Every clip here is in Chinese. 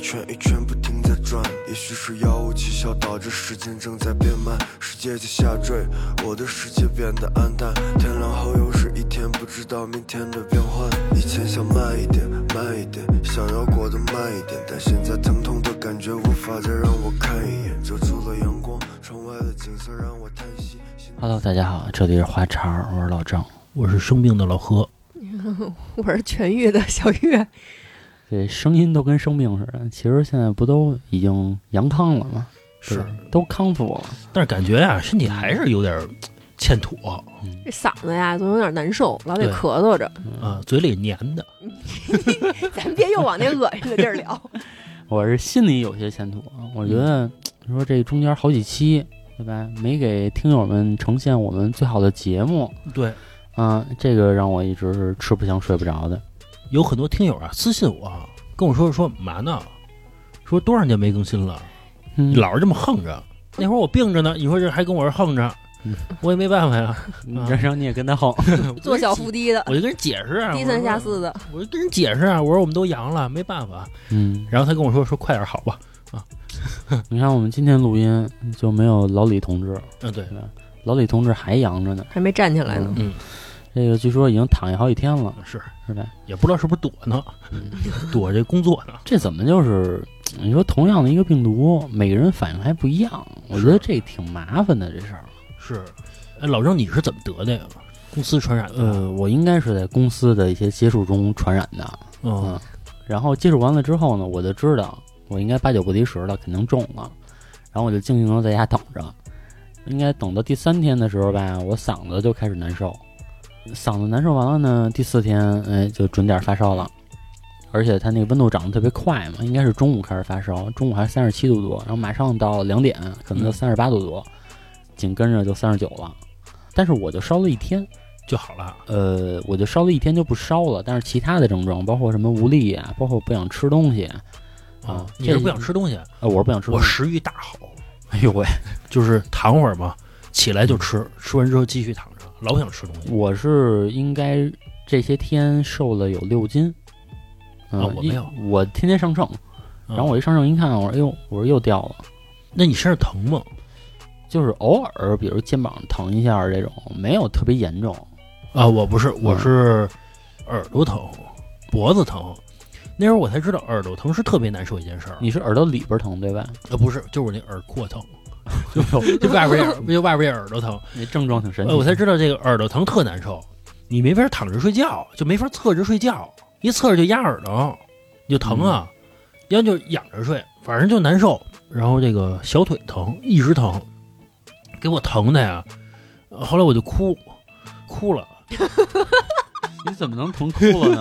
圈一圈不停在转，也许是药物起效导致时间正在变慢，世界在下坠，我的世界变得暗淡，天亮后又是一天，不知道明天的变换。以前想慢一点慢一点，想要过得慢一点，但现在疼痛的感觉无法再让我看一眼，遮住了阳光，窗外的景色让我叹息。 Hello， 大家好，这里是花茶，我是老郑， 我是生病的老何， 我是痊愈的小月。 这声音都跟生病似的，其实现在不都已经阳康了吗？ 是都康复了， 但是感觉呀，身体还是有点欠妥， 这嗓子呀总有点难受，老得咳嗽着， 嘴里黏的。 咱别又往那恶心的地儿聊。 我是心里有些欠妥，我觉得说这中间好几期，对吧？没给听友们呈现我们最好的节目， 对， 这个让我一直是吃不香睡不着的。 有很多听友啊私信我，跟我说嘛呢？说多少年没更新了，老是这么横着。那会儿我病着呢，你说这还跟我这横着，我也没办法呀。 然后你也跟他横， 做小伏低的， 我就跟人解释啊， 低三下四的， 我就跟人解释啊，我说我们都阳了，没办法。然后他跟我说快点好吧。 你看我们今天录音就没有老李同志， 对， 老李同志还阳着呢， 还没站起来呢。 这个据说已经躺下好几天了， 是吧？ 也不知道是不是躲呢，躲这工作呢。 这怎么就是你说同样的一个病毒，每个人反应还不一样？我觉得这挺麻烦的这事儿。 是，老郑你是怎么得的呀？公司传染的？ 我应该是在公司的一些接触中传染的。然后接触完了之后呢，我就知道我应该8、9不离10了，肯定中了。然后我就静静的在家等着，应该等到第3天的时候吧，我嗓子就开始难受。嗓子难受完了呢，第4天就准点发烧了，而且它那个温度涨得特别快嘛，应该是中午开始发烧，中午还37度多，然后马上到2点可能就38度多，紧跟着就39了。但是我就烧了1天就好了。 我就烧了1天就不烧了，但是其他的症状包括什么无力啊，包括不想吃东西你是不想吃东西？ 我是不想吃东西。 我食欲大好， 哎呦喂， 就是躺会儿嘛，起来就吃，吃完之后继续躺着，老想吃东西。 我是应该这些天瘦了有6斤， 我没有， 我天天上秤，然后我一上秤一看，我说哎呦，我说又掉了。 那你身上疼吗？ 就是偶尔，比如肩膀疼一下这种，没有特别严重。 我不是，我是耳朵疼，脖子疼。那时候我才知道耳朵疼是特别难受一件事儿。 你是耳朵里边疼对吧？ 不是，就是我那耳廓疼，就外边耳朵疼。 那症状挺神奇。 我才知道这个耳朵疼特难受，你没法躺着睡觉，就没法侧着睡觉，一侧着就压耳朵，你就疼啊，要就仰着睡，反正就难受。然后这个小腿疼，一直疼，给我疼的呀。后来我就哭了。 你怎么能疼哭了呢？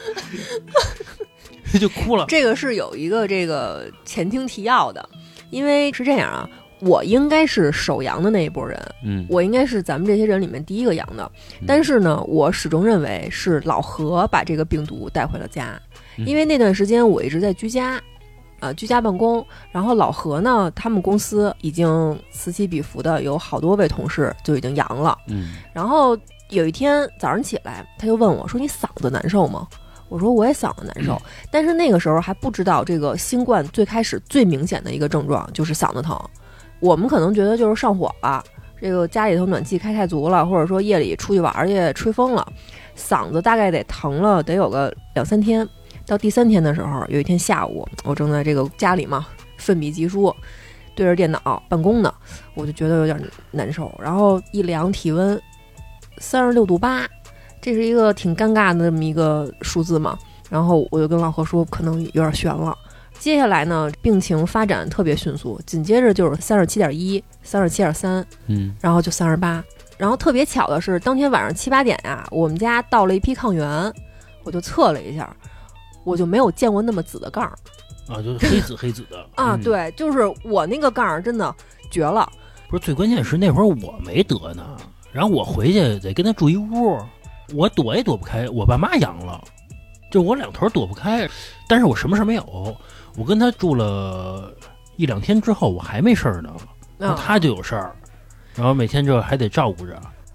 就哭了。 这个是有一个这个前庭提要的，因为是这样啊，我应该是首阳的那一波人，我应该是咱们这些人里面第一个阳的，但是呢，我始终认为是老何把这个病毒带回了家，因为那段时间我一直在居家办公，然后老何呢，他们公司已经此起彼伏的有好多位同事就已经阳了，然后有一天早上起来，他就问我说：“你嗓子难受吗？”我说我也嗓子难受，但是那个时候还不知道这个新冠最开始最明显的一个症状就是嗓子疼。我们可能觉得就是上火了，这个家里头暖气开太足了，或者说夜里出去玩去吹风了，嗓子大概得疼了得有个2、3天。到第3天的时候，有一天下午，我正在这个家里嘛奋笔疾书，对着电脑办公呢，我就觉得有点难受，然后一量体温36度8。这是一个挺尴尬的这么一个数字嘛，然后我就跟老何说可能有点悬了。接下来呢，病情发展特别迅速，紧接着就是37.1、37.3，然后就38。然后特别巧的是，当天晚上7、8点呀，我们家到了一批抗原，我就测了一下，我就没有见过那么紫的杠就是黑紫的对，就是我那个杠真的绝了。 不是，最关键是那会儿我没得呢，然后我回去得跟他住一屋。我躲也躲不开，我爸妈阳了，就我2头躲不开，但是我什么事没有。我跟他住了1、2天之后，我还没事呢，他就有事儿，然后每天就还得照顾着。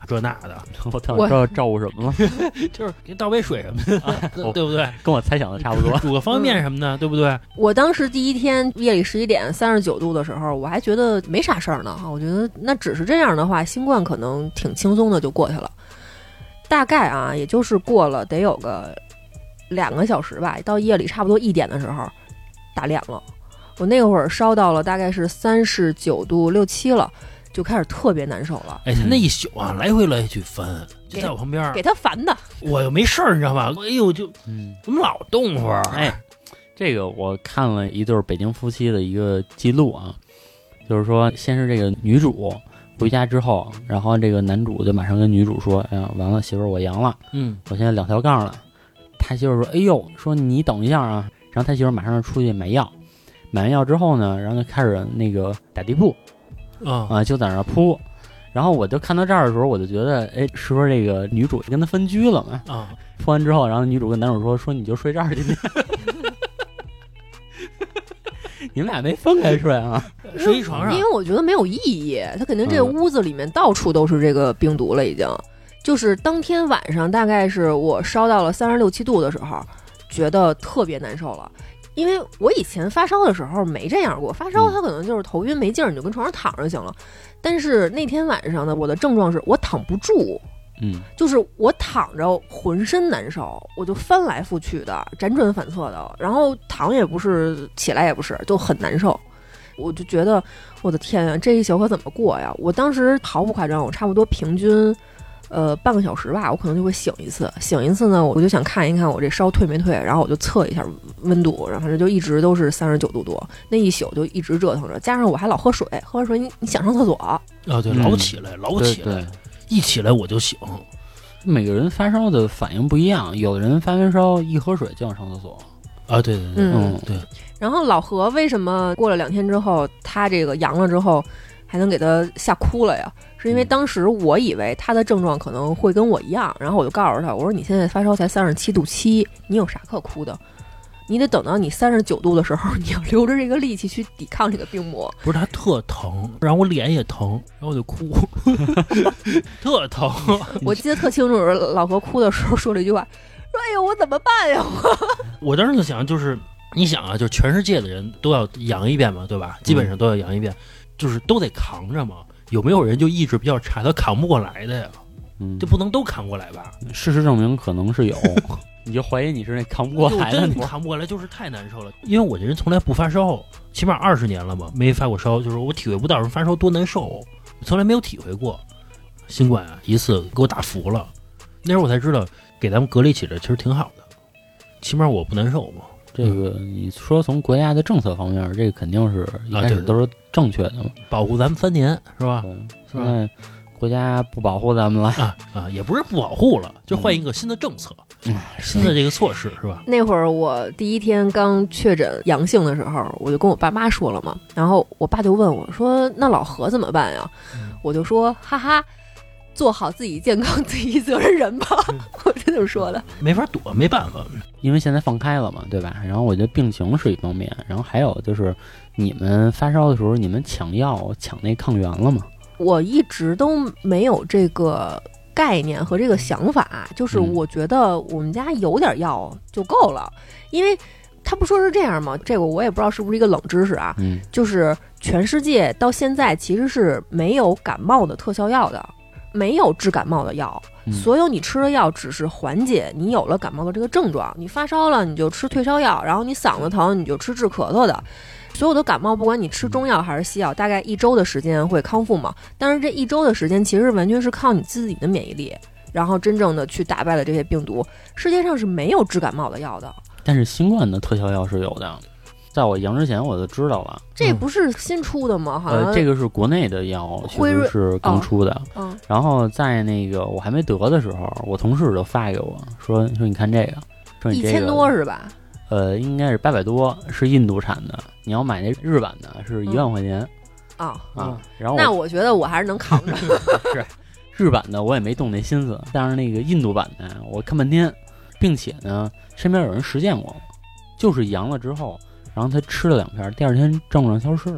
这那的。 我特想知道照顾什么了， 就是给倒杯水什么的，对不对？ 跟我猜想的差不多。 煮个方便面什么的，对不对？ 我当时第一天夜里11点39度的时候，我还觉得没啥事儿呢。我觉得那只是这样的话，新冠可能挺轻松的就过去了。大概啊，也就是过了得有个2个小时吧，到夜里差不多1点的时候打脸了。我那会儿烧到了大概是39度6、7了，就开始特别难受了。 哎，他那一宿啊，来回来去翻，就在我旁边， 给他烦的。 我又没事儿，你知道吧？哎呦，就怎么老动会儿？ 哎，这个我看了一对北京夫妻的一个记录啊，就是说，先是这个女主回家之后，然后这个男主就马上跟女主说：“哎呀，完了，媳妇儿，我阳了，我现在2条杠了。”他媳妇儿说：“哎呦，说你等一下啊。”然后他媳妇儿马上出去买药，买完药之后呢，然后就开始那个打地铺，就在那儿铺。然后我就看到这儿的时候，我就觉得，哎，是不是这个女主跟他分居了嘛？铺完之后，然后女主跟男主说你就睡这儿去。你们俩没分开睡啊？ 睡一床上， 因为我觉得没有意义，他肯定这个屋子里面到处都是这个病毒了，已经。就是当天晚上，大概是我烧到了36、7度的时候，觉得特别难受了。因为我以前发烧的时候没这样过，发烧它可能就是头晕没劲儿，你就跟床上躺着就行了。但是那天晚上呢，我的症状是我躺不住。就是我躺着浑身难受，我就翻来覆去的，辗转反侧的，然后躺也不是，起来也不是，就很难受。我就觉得我的天啊，这一宿可怎么过呀？我当时毫不夸张，我差不多平均半个小时吧，我可能就会醒一次。醒一次呢，我就想看一看我这烧退没退，然后我就测一下温度，然后反正就一直都是39度多，那一宿就一直折腾着，加上我还老喝水，喝完水你想上厕所啊？ 对，老起来， 对， 一起来我就醒。 每个人发烧的反应不一样，有的人发完烧一喝水就想上厕所。 对，对。 然后老何为什么过了2天之后，他这个阳了之后还能给他吓哭了呀？是因为当时我以为他的症状可能会跟我一样，然后我就告诉他，我说你现在发烧才37度7，你有啥可哭的？你得等到你39度的时候，你要留着这个力气去抵抗这个病魔。 不是，他特疼，然后我脸也疼，然后我就哭，特疼。 我记得特清楚，老何哭的时候说了一句话，说：“哎呦，我怎么办呀？” 我当时就想，就是你想啊，就全世界的人都要阳一遍嘛，对吧？基本上都要阳一遍，就是都得扛着嘛。有没有人就意志比较差，他扛不过来的呀？就不能都扛过来吧？ 事实证明可能是有。你就怀疑你是那扛不过来的， 你扛不过来就是太难受了。因为我这人从来不发烧，起码20年了嘛，没发过烧，就是我体会不到人发烧多难受，从来没有体会过。新冠啊，一次给我打服了，那时候我才知道给咱们隔离起来其实挺好的，起码我不难受嘛。 这个你说从国家的政策方面，这个肯定是一开始都是正确的嘛， 保护咱们3年是吧？ 现在国家不保护咱们了也不是不保护了，就换一个新的政策。新的这个措施是吧？ 那会儿我第一天刚确诊阳性的时候，我就跟我爸妈说了嘛，然后我爸就问我说：“那老何怎么办呀？”我就说：“哈哈，做好自己健康第一责任人吧。”我是这么说的。 没法躲，没办法， 因为现在放开了嘛，对吧？然后我觉得病情是一方面，然后还有就是你们发烧的时候，你们抢药抢那抗原了吗？ 我一直都没有这个概念和这个想法，就是我觉得我们家有点药就够了，因为他不说是这样吗？这个我也不知道是不是一个冷知识啊。就是全世界到现在其实是没有感冒的特效药的，没有治感冒的药，所有你吃的药只是缓解你有了感冒的这个症状，你发烧了你就吃退烧药，然后你嗓子疼你就吃治咳嗽的。所有的感冒不管你吃中药还是西药，大概1周的时间会康复嘛，但是这1周的时间其实完全是靠你自己的免疫力，然后真正的去打败了这些病毒。世界上是没有治感冒的药的， 但是新冠的特效药是有的，在我阳之前我就知道了。 这不是新出的吗？好像这个是国内的药，确实是刚出的。然后在那个我还没得的时候，我同事就发给我说你看这个，说你这个 1000多是吧？ 应该是800多，是印度产的。你要买那日版的，是1万块钱。然后那我觉得我还是能扛着。 是日版的我也没动那心思，但是那个印度版的我看半天，并且呢，身边有人实践过，就是阳了之后，然后他吃了2片，第2天症状消失了。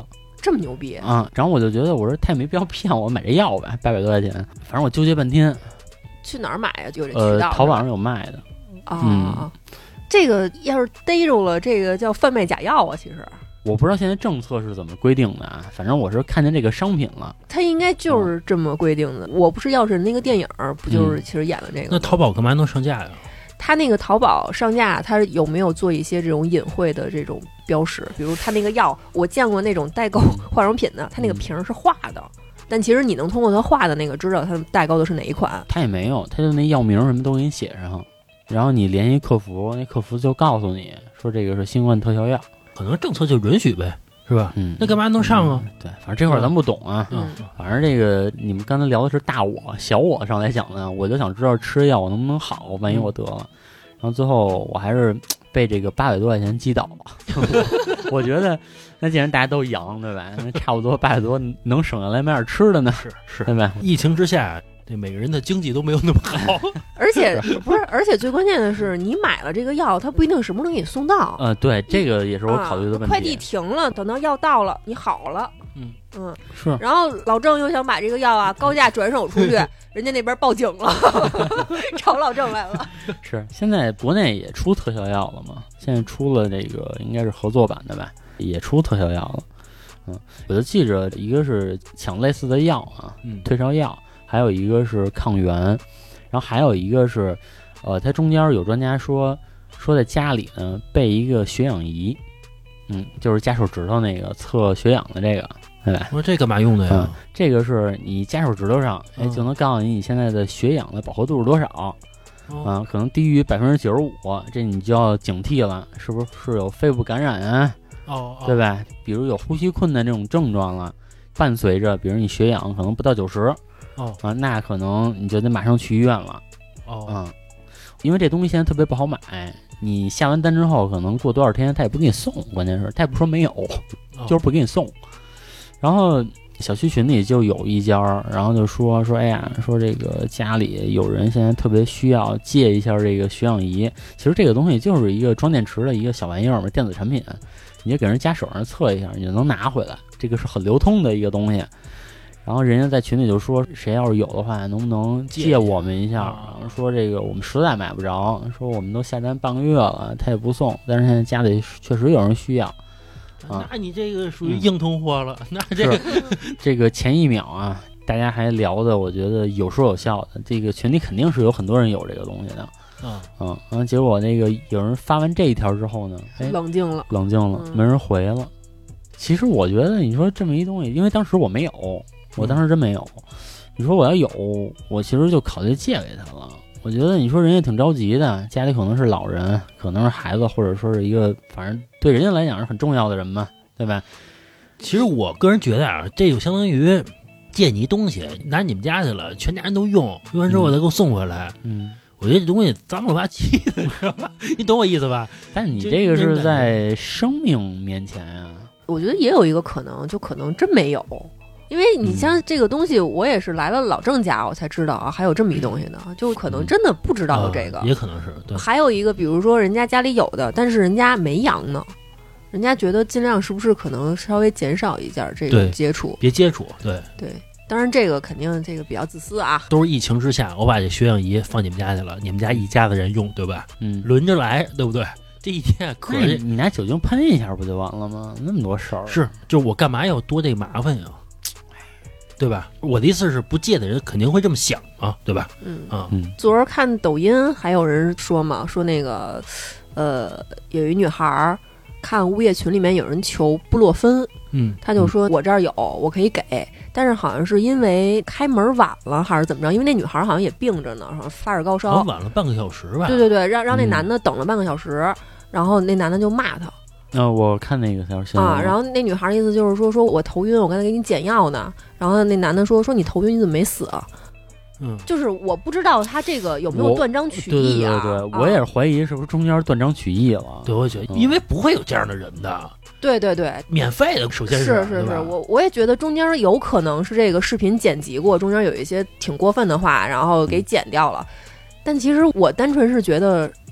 这么牛逼啊！然后我就觉得，我说他也没必要骗我买这药呗，800多块钱，反正我纠结半天。 去哪儿买呀？就这渠道？ 淘宝上有卖的啊。这个要是逮着了，这个叫贩卖假药啊！其实我不知道现在政策是怎么规定的啊，反正我是看见这个商品了。 它应该就是这么规定的。我不是药神那个电影，不就是其实演了这个？ 那淘宝干嘛能上架呀？ 他那个淘宝上架，他有没有做一些这种隐晦的这种标识？比如他那个药，我见过那种代购化妆品的，他那个瓶是画的，但其实你能通过他画的那个知道他代购的是哪一款。 他也没有，他就那药名什么都给你写上，然后你联系客服，那客服就告诉你说这个是新冠特效药， 可能政策就允许呗。是吧？那干嘛能上啊？ 对，反正这块儿咱不懂啊。反正这个你们刚才聊的是大我、小我上来讲呢，我就想知道吃药我能不能好，万一我得了。然后最后我还是被这个800多块钱击倒了。我觉得那既然大家都阳，对吧？那差不多800多能省下来买点吃的呢， 是， 对吧？ 疫情之下。这每个人的经济都没有那么好， 而且不是，而且最关键的是，你买了这个药，它不一定什么时候能给你送到。 对，这个也是我考虑的问题。 快递停了，等到药到了，你好了， 是。 然后老郑又想把这个药啊高价转手出去，人家那边报警了，找老郑来了。 是，现在国内也出特效药了嘛？现在出了这个应该是合作版的吧，也出特效药了。我就记着一个是抢类似的药啊，退烧药。还有一个是抗原，然后还有一个是，它中间有专家说在家里呢备一个血氧仪，就是夹手指头那个测血氧的这个，对吧？ 我说这干嘛用的呀？ 这个是你夹手指头上，就能告诉你现在的血氧的饱和度是多少，可能低于95%，这你就要警惕了，是不是有肺部感染啊？对吧？比如有呼吸困难这种症状了，伴随着比如你血氧可能不到90%。那可能你就得马上去医院了。因为这东西现在特别不好买，你下完单之后，可能过多少天他也不给你送，关键是他也不说没有，就是不给你送。然后小区群里就有一家，然后就说哎呀，说这个家里有人现在特别需要借一下这个血氧仪。其实这个东西就是一个装电池的一个小玩意儿嘛，电子产品，你就给人家手上测一下，你就能拿回来。这个是很流通的一个东西。然后人家在群里就说，谁要是有的话，能不能借我们一下？说这个我们实在买不着，说我们都下单半个月了，他也不送。但是现在家里确实有人需要。 那你这个属于硬通货了。那这个前一秒啊，大家还聊的，我觉得有说有笑的。这个群里肯定是有很多人有这个东西的。然后结果那个有人发完这一条之后呢， 冷静了， 没人回了。其实我觉得你说这么一东西，因为当时我没有。我当时真没有，你说我要有，我其实就考虑借给他了。我觉得你说人家挺着急的，家里可能是老人，可能是孩子，或者说是一个反正对人家来讲是很重要的人嘛，对吧？ 其实我个人觉得啊，这就相当于借你东西拿你们家去了，全家人都用完之后我再给我送回来。我觉得这东西脏了吧唧的，是吧？你懂我意思吧？ 但你这个是在生命面前啊。 我觉得也有一个可能，就可能真没有。因为你像这个东西，我也是来了老郑家，我才知道啊，还有这么一东西呢，就可能真的不知道有这个， 也可能是。对， 还有一个，比如说人家家里有的，但是人家没阳呢，人家觉得尽量是不是可能稍微减少一下这个接触， 别接触。对， 当然这个肯定这个比较自私啊。 都是疫情之下，我把这血氧仪放你们家去了，你们家一家子人用，对吧？轮着来，对不对？这一天可以， 你拿酒精喷一下不就完了吗？那么多事儿， 是，就我干嘛要多这麻烦呀？对吧？我的意思是，不借的人肯定会这么想啊，对吧？ 昨儿看抖音还有人说嘛，说那个，有一女孩看物业群里面有人求布洛芬，他就说我这儿有，我可以给，但是好像是因为开门晚了还是怎么着？因为那女孩好像也病着呢，好像发着高烧， 晚了半个小时吧？ 对，让那男的等了半个小时，然后那男的就骂他。 我看那个条新闻然后那女孩的意思就是说我头晕，我刚才给你减药呢。然后那男的说你头晕，你怎么没死啊？就是我不知道他这个有没有断章取义啊？ 对，我也是怀疑是不是中间断章取义了。 对，我觉得因为不会有这样的人的。 对， 免费的，首先是，我也觉得中间有可能是这个视频剪辑过，中间有一些挺过分的话，然后给剪掉了。但其实我单纯是觉得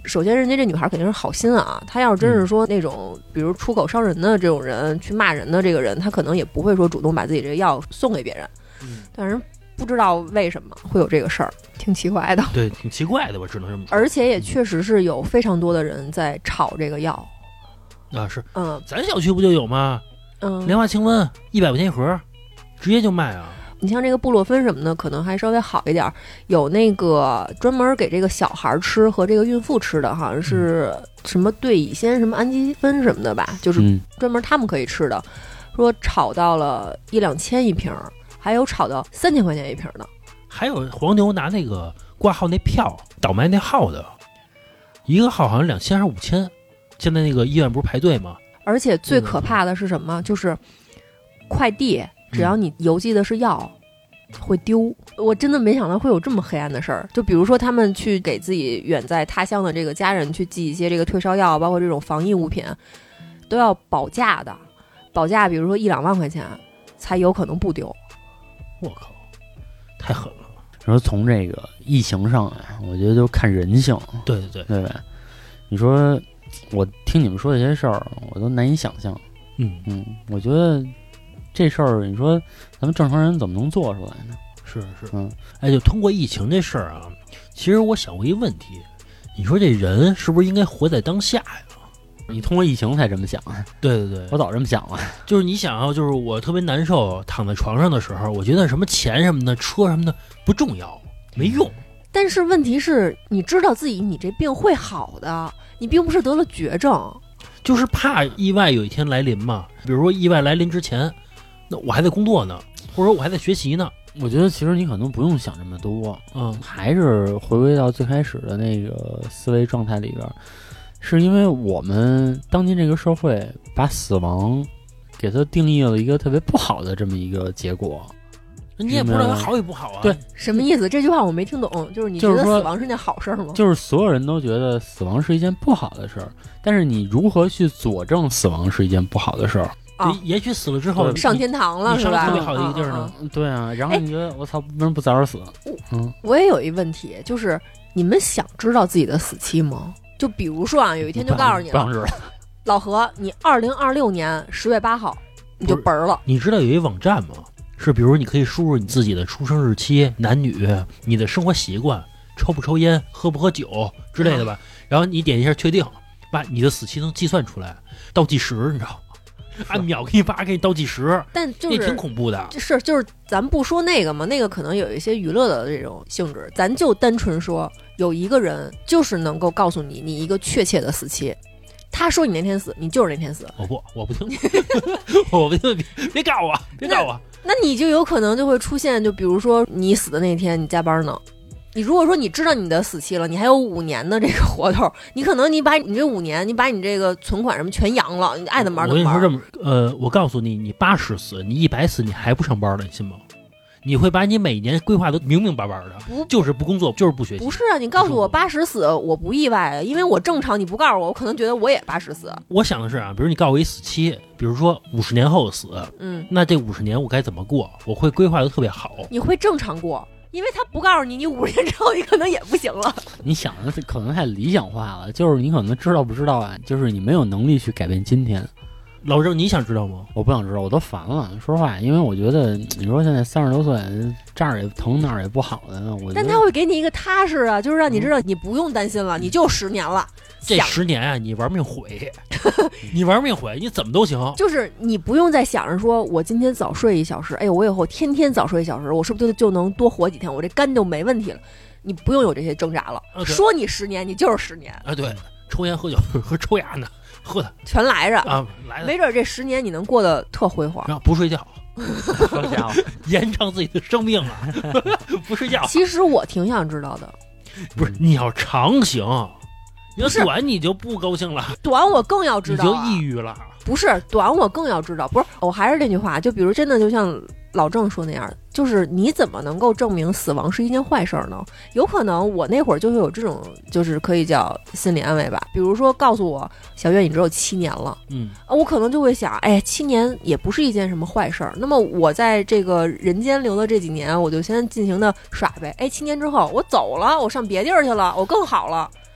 首先人家这女孩肯定是好心啊，她要是真是说那种比如出口伤人的这种人去骂人的这个人，她可能也不会说主动把自己这个药送给别人。但是不知道为什么会有这个事儿，挺奇怪的。 对，挺奇怪的，我只能这么说。 而且也确实是有非常多的人在炒这个药啊，是，咱小区不就有吗？莲花清瘟100块钱一盒，直接就卖啊。 你像这个布洛芬什么的，可能还稍微好一点，有那个专门给这个小孩吃和这个孕妇吃的，好像是什么对乙酰什么氨基酚什么的吧，就是专门他们可以吃的，说炒到了1-2千一瓶。还有炒到3000块钱一瓶的， 还有黄牛拿那个挂号那票倒卖那号的，一个号好像2000还是5000，现在那个医院不是排队吗？ 而且最可怕的是什么？就是快递，只要你邮寄的是药，会丢。我真的没想到会有这么黑暗的事儿。就比如说他们去给自己远在他乡的这个家人去寄一些这个退烧药，包括这种防疫物品，都要保价的，保价比如说1-2万块钱才有可能不丢。 我靠，太狠了！ 然后从这个疫情上来，我觉得就看人性。 对吧？你说我听你们说这些事儿，我都难以想象。我觉得这事儿，你说咱们正常人怎么能做出来呢？ 是，就通过疫情这事儿啊，其实我想过一个问题，你说这人是不是应该活在当下呀？ 你通过疫情才这么想？ 对， 我早这么想了。 就是你想啊，就是我特别难受，躺在床上的时候，我觉得什么钱什么的、车什么的不重要，没用。 但是问题是，你知道自己你这病会好的，你并不是得了绝症， 就是怕意外有一天来临嘛。比如说意外来临之前，那我还在工作呢，或者说我还在学习呢。 我觉得其实你可能不用想这么多，还是回归到最开始的那个思维状态里边。是因为我们当今这个社会把死亡给它定义了一个特别不好的这么一个结果， 你也不知道它好与不好啊。 对， 什么意思？这句话我没听懂。就是你觉得死亡是件好事吗？ 就是所有人都觉得死亡是一件不好的事儿，但是你如何去佐证死亡是一一件不好的事儿？ 也许死了之后上天堂了，是吧？ 上了特别好的一个地儿呢。 对啊，然后你觉得我操，为什么不早点死？ 我也有一问题，就是你们想知道自己的死期吗？就比如说啊，有一天就告诉你了，老何，你2026年10月8号你就本了。 你知道有一网站吗？是比如你可以输入你自己的出生日期、男女、你的生活习惯、抽不抽烟、喝不喝酒之类的吧。然后你点一下确定，把你的死期能计算出来，倒计时，你知道吗？按秒给你发，给你倒计时， 但就是那挺恐怖的。 就是咱不说那个嘛，那个可能有一些娱乐的这种性质，咱就单纯说有一个人就是能够告诉你一个确切的死期，他说你那天死，你就是那天死。 我不听，我不听，别告我，别告我。 那你就有可能就会出现，就比如说你死的那天你加班呢。你如果说你知道你的死期了，你还有5年的这个活头，你可能你把你这5年，你把你这个存款什么全扬了，你爱怎么玩怎么玩。 我跟你说这么，我告诉你，你80死，你100死，你还不上班了，你信吗？你会把你每年规划都明明白白的，就是不工作，就是不学习。 不是啊，你告诉我80死，我不意外，因为我正常，你不告诉我，我可能觉得我也80死。 我想的是啊，比如你告诉我一死期，比如说50年后死，那这50年我该怎么过？我会规划的特别好。 你会正常过。因为他不告诉你，你50年之后你可能也不行了。 你想的可能太理想化了，就是你可能知道不知道啊，就是你没有能力去改变今天。 老郑，你想知道吗？ 我不想知道，我都烦了。说实话，因为我觉得你说现在30多岁，这儿也疼那儿也不好的， 但他会给你一个踏实啊，就是让你知道你不用担心了，你就10年了。 这10年啊，你玩命毁，你玩命毁，你怎么都行。 就是你不用再想着说，我今天早睡1小时，哎呦，我以后天天早睡1小时，我是不是就能多活几天？我这肝就没问题了。你不用有这些挣扎了。说你10年，你就是10年啊！对，抽烟喝酒和抽牙呢，喝的全来着啊，来了。 没准这10年你能过得特辉煌。 然后不睡觉， 好家伙， 延长自己的生命啊！不睡觉。 其实我挺想知道的， 不是你要长行。你要短你就不高兴了， 短我更要知道， 你就抑郁了。 不是短我更要知道，不是我还是那句话，就比如真的就像老郑说那样，就是你怎么能够证明死亡是一件坏事呢？有可能我那会儿就会有这种，就是可以叫心理安慰吧。比如说告诉我小月你只有7年了，我可能就会想，哎，7年也不是一件什么坏事儿。那么我在这个人间留的这几年，我就先进行的耍呗。哎，7年之后我走了，我上别地儿去了，我更好了。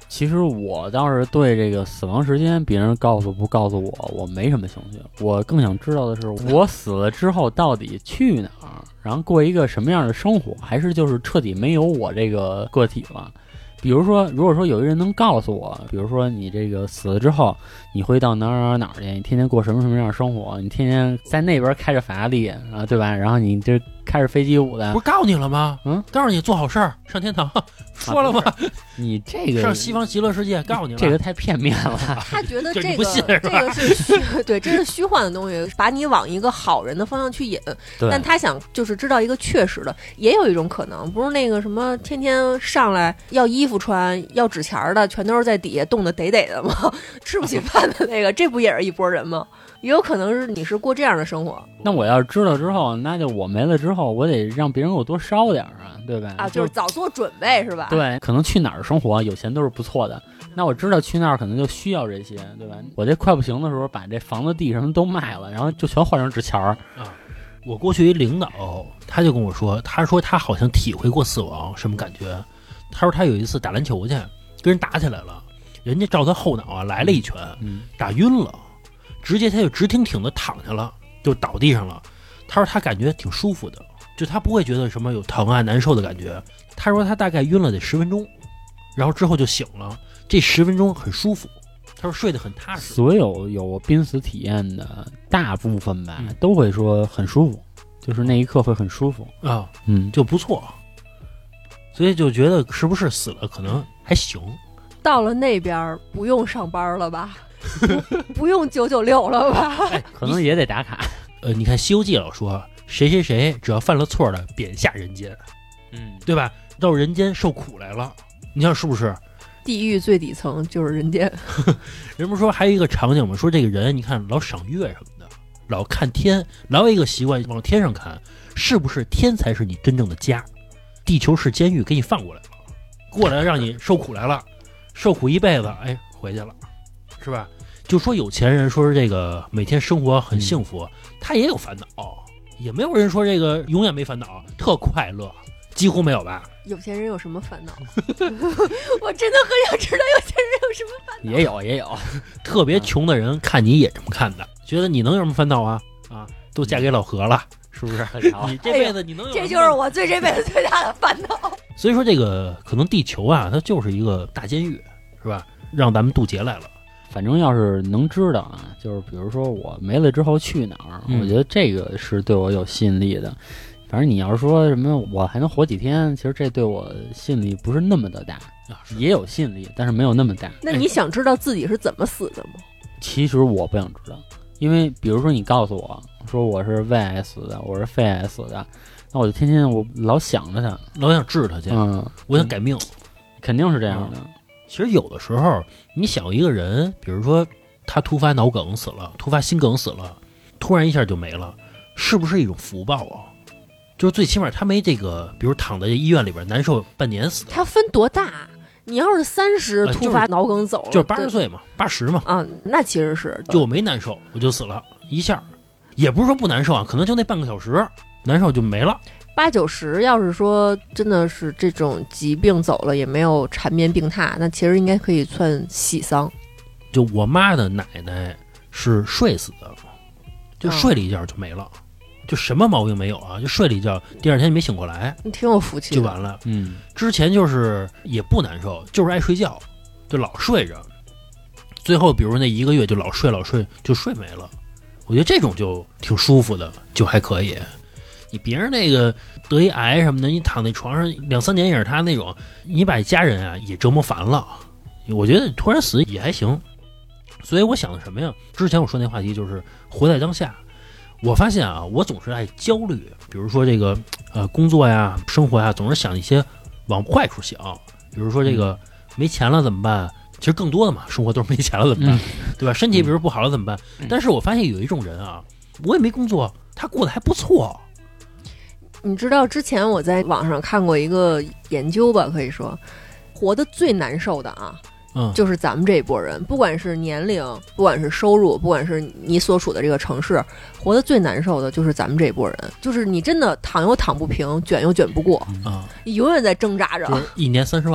其实我倒是对这个死亡时间别人告诉不告诉我没什么兴趣，我更想知道的是我死了之后到底去哪儿，然后过一个什么样的生活，还是就是彻底没有我这个个体了。比如说如果说有一人能告诉我，比如说你这个死了之后你会到哪儿去，你天天过什么样的生活，你天天在那边开着法拉利啊，对吧，然后你这开着飞机舞的， 不是告诉你了吗？告诉你做好事儿上天堂，说了吗？ 你这个上西方极乐世界告诉你了， 这个太片面了。 他觉得这个是虚，对，这是虚幻的东西，把你往一个好人的方向去引。但他想就是知道一个确实的，也有一种可能，不是那个什么天天上来要衣服穿、要纸钱的，全都是在底下冻得得得的吗？吃不起饭的那个，这不也是一拨人吗？也有可能是你是过这样的生活。 那我要是知道之后，那就我没了之后，我得让别人给我多烧点啊，对吧？ 啊，就是早做准备是吧？ 对，可能去哪儿生活，有钱都是不错的。那我知道去那儿可能就需要这些，对吧？我这快不行的时候，把这房子地什么都卖了，然后就全换成纸钱儿啊。我过去一领导，他就跟我说，他说他好像体会过死亡什么感觉。他说他有一次打篮球去，跟人打起来了，人家照他后脑啊来了一拳，打晕了。直接他就直挺挺的躺下了，就倒地上了。他说他感觉挺舒服的，就他不会觉得什么有疼啊难受的感觉。他说他大概晕了得10分钟，然后之后就醒了，这10分钟很舒服。他说睡得很踏实。 所有濒死体验的大部分吧，都会说很舒服，就是那一刻会很舒服啊，就不错。所以就觉得是不是死了可能还行。 到了那边不用上班了吧？不用996了吧？ 可能也得打卡。 你看《西游记》老说谁谁谁只要犯了错的贬下人间，对吧？到人间受苦来了，你想是不是？ 地狱最底层就是人间。 人不说还有一个场景吗？说这个人你看老赏月什么的，老看天，老有一个习惯往天上看，是不是天才是你真正的家？地球是监狱，给你放过来了，过来让你受苦来了，受苦一辈子，哎，回去了，是吧？就说有钱人说是这个每天生活很幸福，他也有烦恼，也没有人说这个永远没烦恼，特快乐，几乎没有吧？ 有钱人有什么烦恼？我真的很想知道有钱人有什么烦恼。也有， 特别穷的人看你也这么看的，觉得你能有什么烦恼啊？啊，都嫁给老何了，是不是？你这辈子你能有什么？ 这就是我这辈子最大的烦恼。 所以说这个可能地球啊，它就是一个大监狱，是吧？让咱们渡劫来了。 反正要是能知道啊，就是比如说我没了之后去哪儿，我觉得这个是对我有吸引力的。反正你要是说什么我还能活几天，其实这对我吸引力不是那么的大，也有吸引力，但是没有那么大。 那你想知道自己是怎么死的吗？ 其实我不想知道，因为比如说你告诉我说我是为爱死的，我是肺癌死的，那我就天天我老想着他， 老想治他去，我想改命， 肯定是这样的。 其实有的时候，你想一个人，比如说他突发脑梗死了，突发心梗死了，突然一下就没了，是不是一种福报啊？就是最起码他没这个，比如躺在医院里边难受半年死的。 他分多大？你要是30突发脑梗走了， 就是80岁嘛，80嘛。 啊，那其实是就我没难受，我就死了一下，也不是说不难受啊，可能就那半个小时难受就没了。 80、90，要是说真的是这种疾病走了，也没有缠绵病榻，那其实应该可以算喜丧。 就我妈的奶奶是睡死的，就睡了一觉就没了，就什么毛病没有啊，就睡了一觉，第二天没醒过来， 你挺有福气的， 就完了。之前就是也不难受，就是爱睡觉，就老睡着，最后比如那1个月就老睡就睡没了。我觉得这种就挺舒服的，就还可以。你别人那个得一癌什么的，你躺在床上2、3年也是他那种，你把家人啊也折磨烦了。我觉得突然死也还行。所以我想的什么呀？之前我说那话题就是活在当下。我发现啊，我总是爱焦虑，比如说这个工作呀、生活呀，总是想一些往坏处想。比如说这个没钱了怎么办？其实更多的嘛，生活都是没钱了怎么办，对吧？身体比如不好了怎么办？但是我发现有一种人啊，我也没工作，他过得还不错。 你知道之前我在网上看过一个研究吧，可以说活得最难受的啊，就是咱们这一波人，不管是年龄，不管是收入，不管是你所处的这个城市，活得最难受的就是咱们这一波人，就是你真的躺又躺不平，卷又卷不过，你永远在挣扎着， 就是1年30万。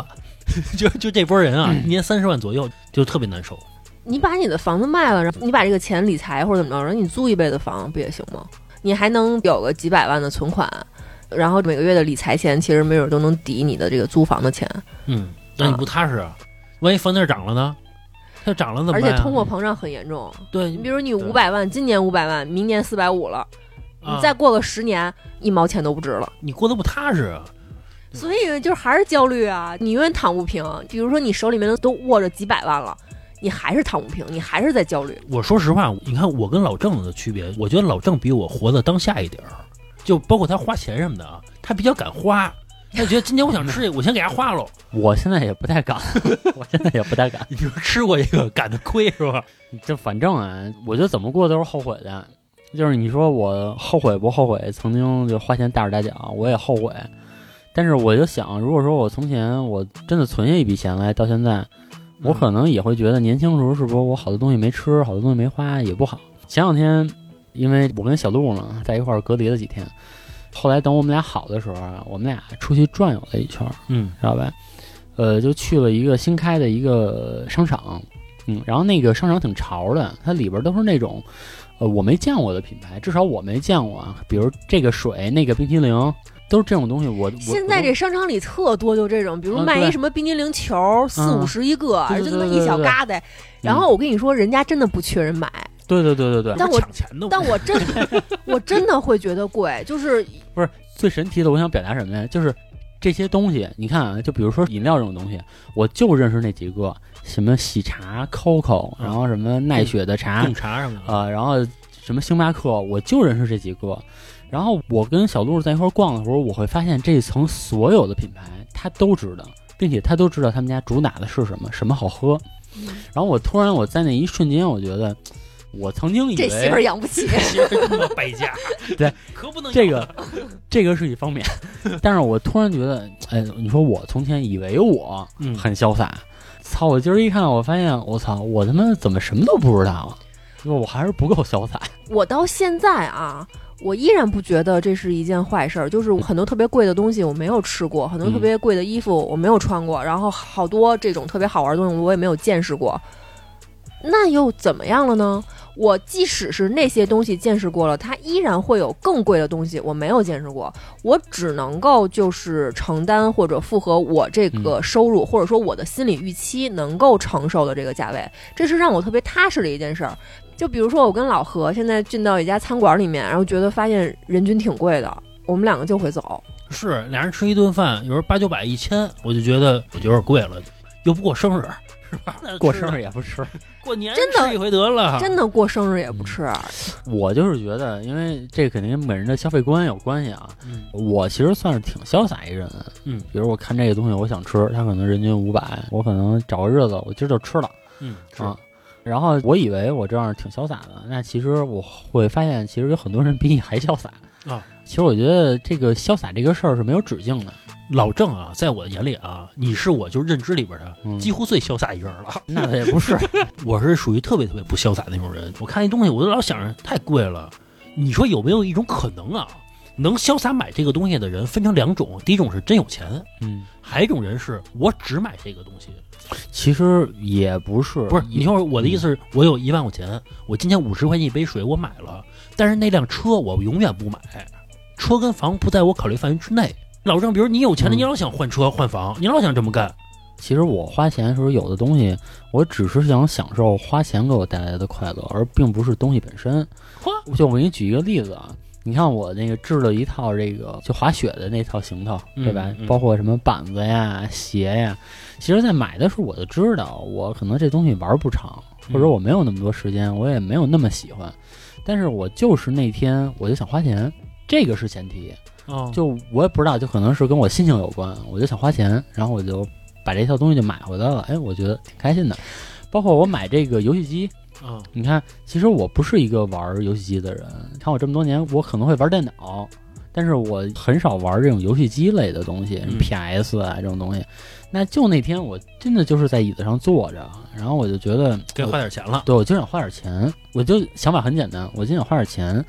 就这波人啊，年30万左右就特别难受。 你把你的房子卖了，然后你把这个钱理财或者怎么着，然后你租一辈子房不也行吗？你还能有个几百万的存款，然后每个月的理财钱其实没准都能抵你的这个租房的钱。 那你不踏实啊？万一房价涨了呢？它涨了怎么办？ 而且通货膨胀很严重。 对， 你比如你500万，今年500万，明年450了，你再过个10年，1毛钱都不值了， 你过得不踏实啊。 所以就是还是焦虑啊，你永远躺不平。比如说你手里面都握着几百万了，你还是躺不平，你还是在焦虑。 我说实话，你看我跟老郑的区别，我觉得老郑比我活得当下一点儿，就包括他花钱什么的啊，他比较敢花。他觉得今天我想吃，我先给他花了。 我现在也不太敢， 你就吃过一个敢的亏是吧？ 这反正啊，我觉得怎么过都是后悔的。就是你说我后悔不后悔？曾经就花钱大手大脚，我也后悔。但是我就想，如果说我从前我真的存下一笔钱来，到现在，我可能也会觉得年轻时候是不是我好多东西没吃，好多东西没花也不好。前两天，因为我跟小鹿呢在一块儿隔离了几天。后来等我们俩好的时候啊，我们俩出去转悠了一圈，知道吧？就去了一个新开的一个商场，然后那个商场挺潮的，它里边都是那种，我没见过的品牌，至少我没见过啊。比如这个水，那个冰淇淋，都是这种东西。我现在这商场里特多，就这种，比如卖一什么冰激凌球，40-50一个，就那么一小疙瘩。然后我跟你说，人家真的不缺人买。 对， 但我真的会觉得贵，就是不是最神奇的。我想表达什么呀？就是这些东西，你看啊，就比如说饮料这种东西，我就认识那几个，什么喜茶、COCO，然后什么奈雪的茶、 贡茶什么的然后什么星巴克，我就认识这几个。然后我跟小鹿在一块逛的时候，我会发现这一层所有的品牌他都知道，并且他都知道他们家主打的是什么，什么好喝。然后我在那一瞬间，我觉得。我曾经以为这媳妇儿养不起， 媳妇儿这么败家， 对， 可不能这个是一方面，但是我突然觉得，你说我从前以为我很潇洒，操！我今儿一看，我发现我操，我他妈怎么什么都不知道啊？我还是不够潇洒。 我到现在啊，我依然不觉得这是一件坏事儿。就是很多特别贵的东西我没有吃过，很多特别贵的衣服我没有穿过，然后好多这种特别好玩的东西我也没有见识过。那又怎么样了呢？我即使是那些东西见识过了，它依然会有更贵的东西我没有见识过，我只能够就是承担或者符合我这个收入，或者说我的心理预期能够承受的这个价位，这是让我特别踏实的一件事儿。就比如说我跟老何现在进到一家餐馆里面，然后觉得发现人均挺贵的，我们两个就会走。 是俩人吃一顿饭，有时候800-900、1000，我就觉得有点贵了，又不过生日。是吧？ 过生日也不吃， 过年吃一回得了。 真的过生日也不吃。 我就是觉得，因为这肯定跟每人的消费观有关系啊。我其实算是挺潇洒一人。比如我看这个东西，我想吃，它可能人均500，我可能找个日子，我今儿就吃了。然后我以为我这样挺潇洒的，那其实我会发现，其实有很多人比你还潇洒啊。 其实我觉得这个潇洒这个事儿是没有止境的。 老郑啊，在我眼里啊，你是我就认知里边的几乎最潇洒一人了。 那也不是， 我是属于特别特别不潇洒那种人。我看一东西，我就老想着太贵了。你说有没有一种可能啊，能潇洒买这个东西的人分成2种？第一种是真有钱，还有一种人是我只买这个东西。 其实也不是， 你说我的意思是，我有1万块钱，我今天50块钱一杯水我买了，但是那辆车我永远不买，车跟房不在我考虑范围之内。老郑，比如你有钱了，你老想换车换房，你老想这么干。 其实我花钱的时候，有的东西我只是想享受花钱给我带来的快乐，而并不是东西本身。就我给你举一个例子啊，你看我那个制了一套这个就滑雪的那套行头，对吧？包括什么板子呀、鞋呀。其实，在买的时候我就知道，我可能这东西玩不长，或者我没有那么多时间，我也没有那么喜欢。但是我就是那天我就想花钱，这个是前提。就我也不知道，就可能是跟我心情有关，我就想花钱，然后我就把这套东西就买回来了。我觉得挺开心的。包括我买这个游戏机你看，其实我不是一个玩游戏机的人，看我这么多年，我可能会玩电脑，但是我很少玩这种游戏机类的东西，PS 啊这种东西。那就那天我真的就是在椅子上坐着，然后我就觉得该花点钱了。 对，我就想花点钱，我就想法很简单，我就想花点钱。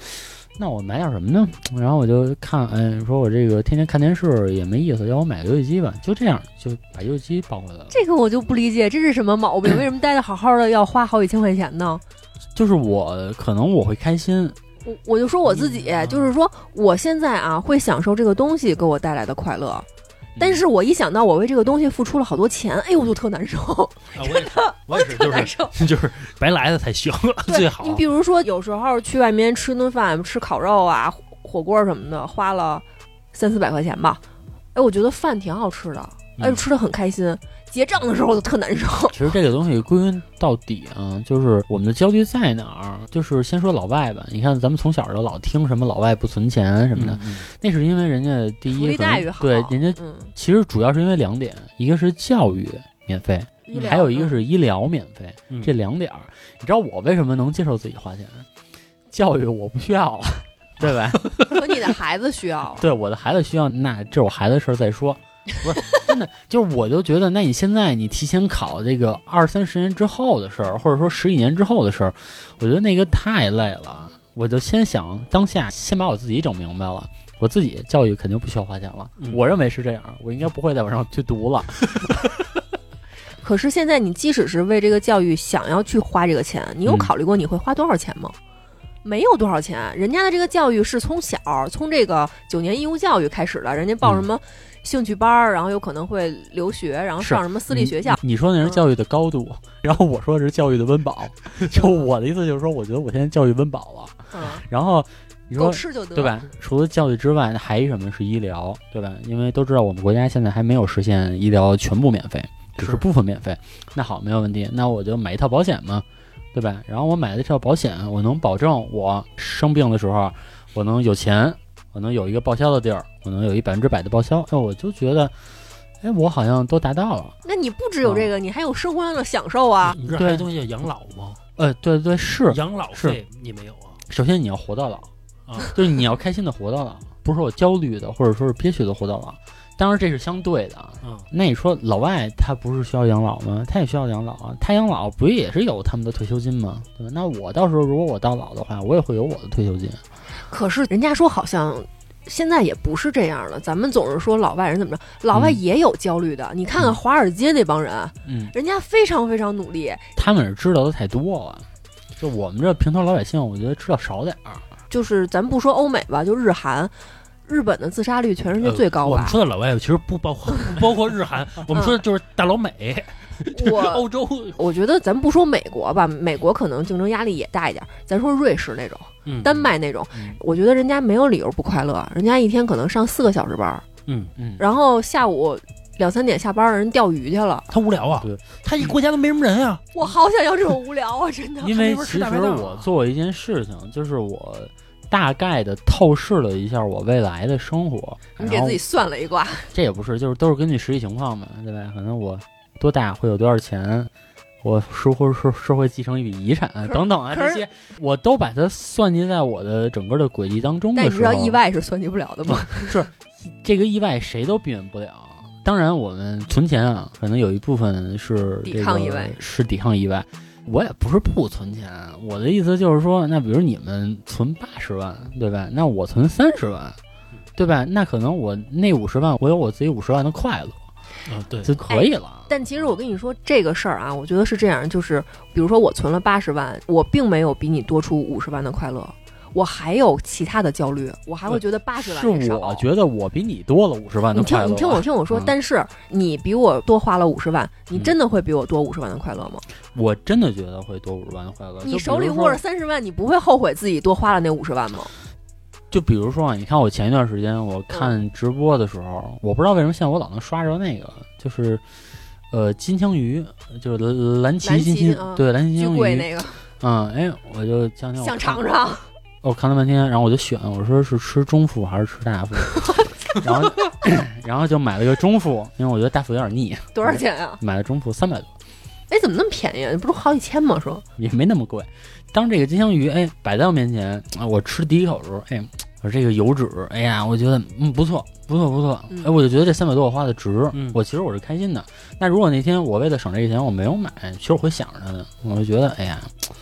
那我买点什么呢？然后我就看，说我这个天天看电视也没意思，要我买个游戏机吧。就这样就把游戏机抱回来了。 这个我就不理解，这是什么毛病？为什么待得好好的要花好几千块钱呢？ 就是可能我会开心。 我就说我自己，就是说我现在啊会享受这个东西给我带来的快乐。但是我一想到我为这个东西付出了好多钱，哎呦，我就特难受。 我也是，就是白来的才行，最好。 你比如说，有时候去外面吃顿饭，吃烤肉啊、火锅什么的，花了300-400块钱吧，哎，我觉得饭挺好吃的，哎，吃的很开心。结账的时候我就特难受。 其实这个东西归根到底啊，就是我们的焦虑在哪儿？就是先说老外吧，你看咱们从小就老听什么老外不存钱什么的，那是因为人家第一福利待遇好， 对人家其实主要是因为2点，一个是教育免费，还有一个是医疗免费，这2点。你知道我为什么能接受自己花钱？教育我不需要了，对吧？ 可你的孩子需要。 对，我的孩子需要，那这是我孩子的事儿再说。不是真的，就是我就觉得，那你现在你提前考这个20-30年之后的事儿，或者说10几年之后的事儿，我觉得那个太累了。我就先想当下，先把我自己整明白了，我自己教育肯定不需要花钱了。我认为是这样，我应该不会再往上去读了。 可是现在你即使是为这个教育想要去花这个钱，你有考虑过你会花多少钱吗？没有多少钱，人家的这个教育是从这个9年义务教育开始的，人家报什么兴趣班，然后有可能会留学，然后上什么私立学校。 你说那是教育的高度，然后我说的是教育的温饱。就我的意思就是说，我觉得我现在教育温饱了，然后你说够吃就得， 对吧？除了教育之外，还有什么是医疗，对吧？因为都知道我们国家现在还没有实现医疗全部免费，只是部分免费。那好，没有问题，那我就买一套保险嘛。对吧？然后我买的这套保险，我能保证我生病的时候，我能有钱，我能有一个报销的地儿，我能有100%的报销。哎，我就觉得，哎，我好像都达到了。 那你不只有这个，你还有生活上的享受啊！ 你知道还有东西叫养老吗？ 对，是养老费你没有啊？ 首先你要活到老啊，就是你要开心的活到老，不是说我焦虑的或者说是憋屈的活到老。当然这是相对的，那你说老外他不是需要养老吗？他也需要养老啊，他养老不也是有他们的退休金吗？对吧？那我到时候如果我到老的话，我也会有我的退休金。 可是人家说好像现在也不是这样的，咱们总是说老外人怎么着，老外也有焦虑的。你看看华尔街那帮人，人家非常非常努力， 他们是知道的太多了，就我们这平头老百姓，我觉得知道少点儿。 就是咱不说欧美吧，就日韩。日本的自杀率全世界最高吧？ 我们说的老外其实不包括日韩，我们说的就是大老美。欧洲， 我觉得咱不说美国吧，美国可能竞争压力也大一点。咱说瑞士那种，丹麦那种，我觉得人家没有理由不快乐。人家一天可能上4个小时班，然后下午2-3点下班，人钓鱼去了。 他无聊啊，他一国家都没什么人啊。 我好想要这种无聊啊，真的。 因为其实我做一件事情，就是我大概的透视了一下我未来的生活。 你给自己算了一卦？ 这也不是，就是都是根据实际情况嘛，对吧？可能我多大会有多少钱，我是会继承一笔遗产等等啊，这些我都把它算计在我的整个的轨迹当中的时候。 但你知道意外是算计不了的吗？ 是，这个意外谁都避免不了。当然，我们存钱啊，可能有一部分是抵抗意外， 是抵抗意外。我也不是不存钱，我的意思就是说，那比如你们存80万，对吧？那我存30万，对吧？那可能我那50万，我有我自己50万的快乐。 对， 就可以了。 但其实我跟你说这个事儿啊，我觉得是这样，就是比如说我存了80万，我并没有比你多出50万的快乐，我还有其他的焦虑，我还会觉得80万也少。 是我觉得我比你多了50万的快乐。 你听我说，但是你比我多花了50万，你真的会比我多50万的快乐吗？ 我真的觉得会多50万的快乐。 你手里握着30万，你不会后悔自己多花了那50万吗？ 就比如说啊，你看我前一段时间我看直播的时候，我不知道为什么现在我老能刷着那个，就是金枪鱼，就是蓝鳍金枪，对，蓝鳍金枪鱼那个， 我就想尝尝。 我看了半天，然后我就选，我说是吃中腹还是吃大腹，然后就买了个中腹，因为我觉得大腹有点腻。 多少钱啊？ 买了中腹300多。 哎，怎么那么便宜？不是好几千吗？说也没那么贵。当这个金枪鱼摆在我面前，我吃第一口的时候，我这个油脂，哎呀，我觉得不错，我就觉得这300多我花的值，我其实我是开心的。那如果那天我为了省这个钱我没有买，其实我会想着它的，我就觉得哎呀，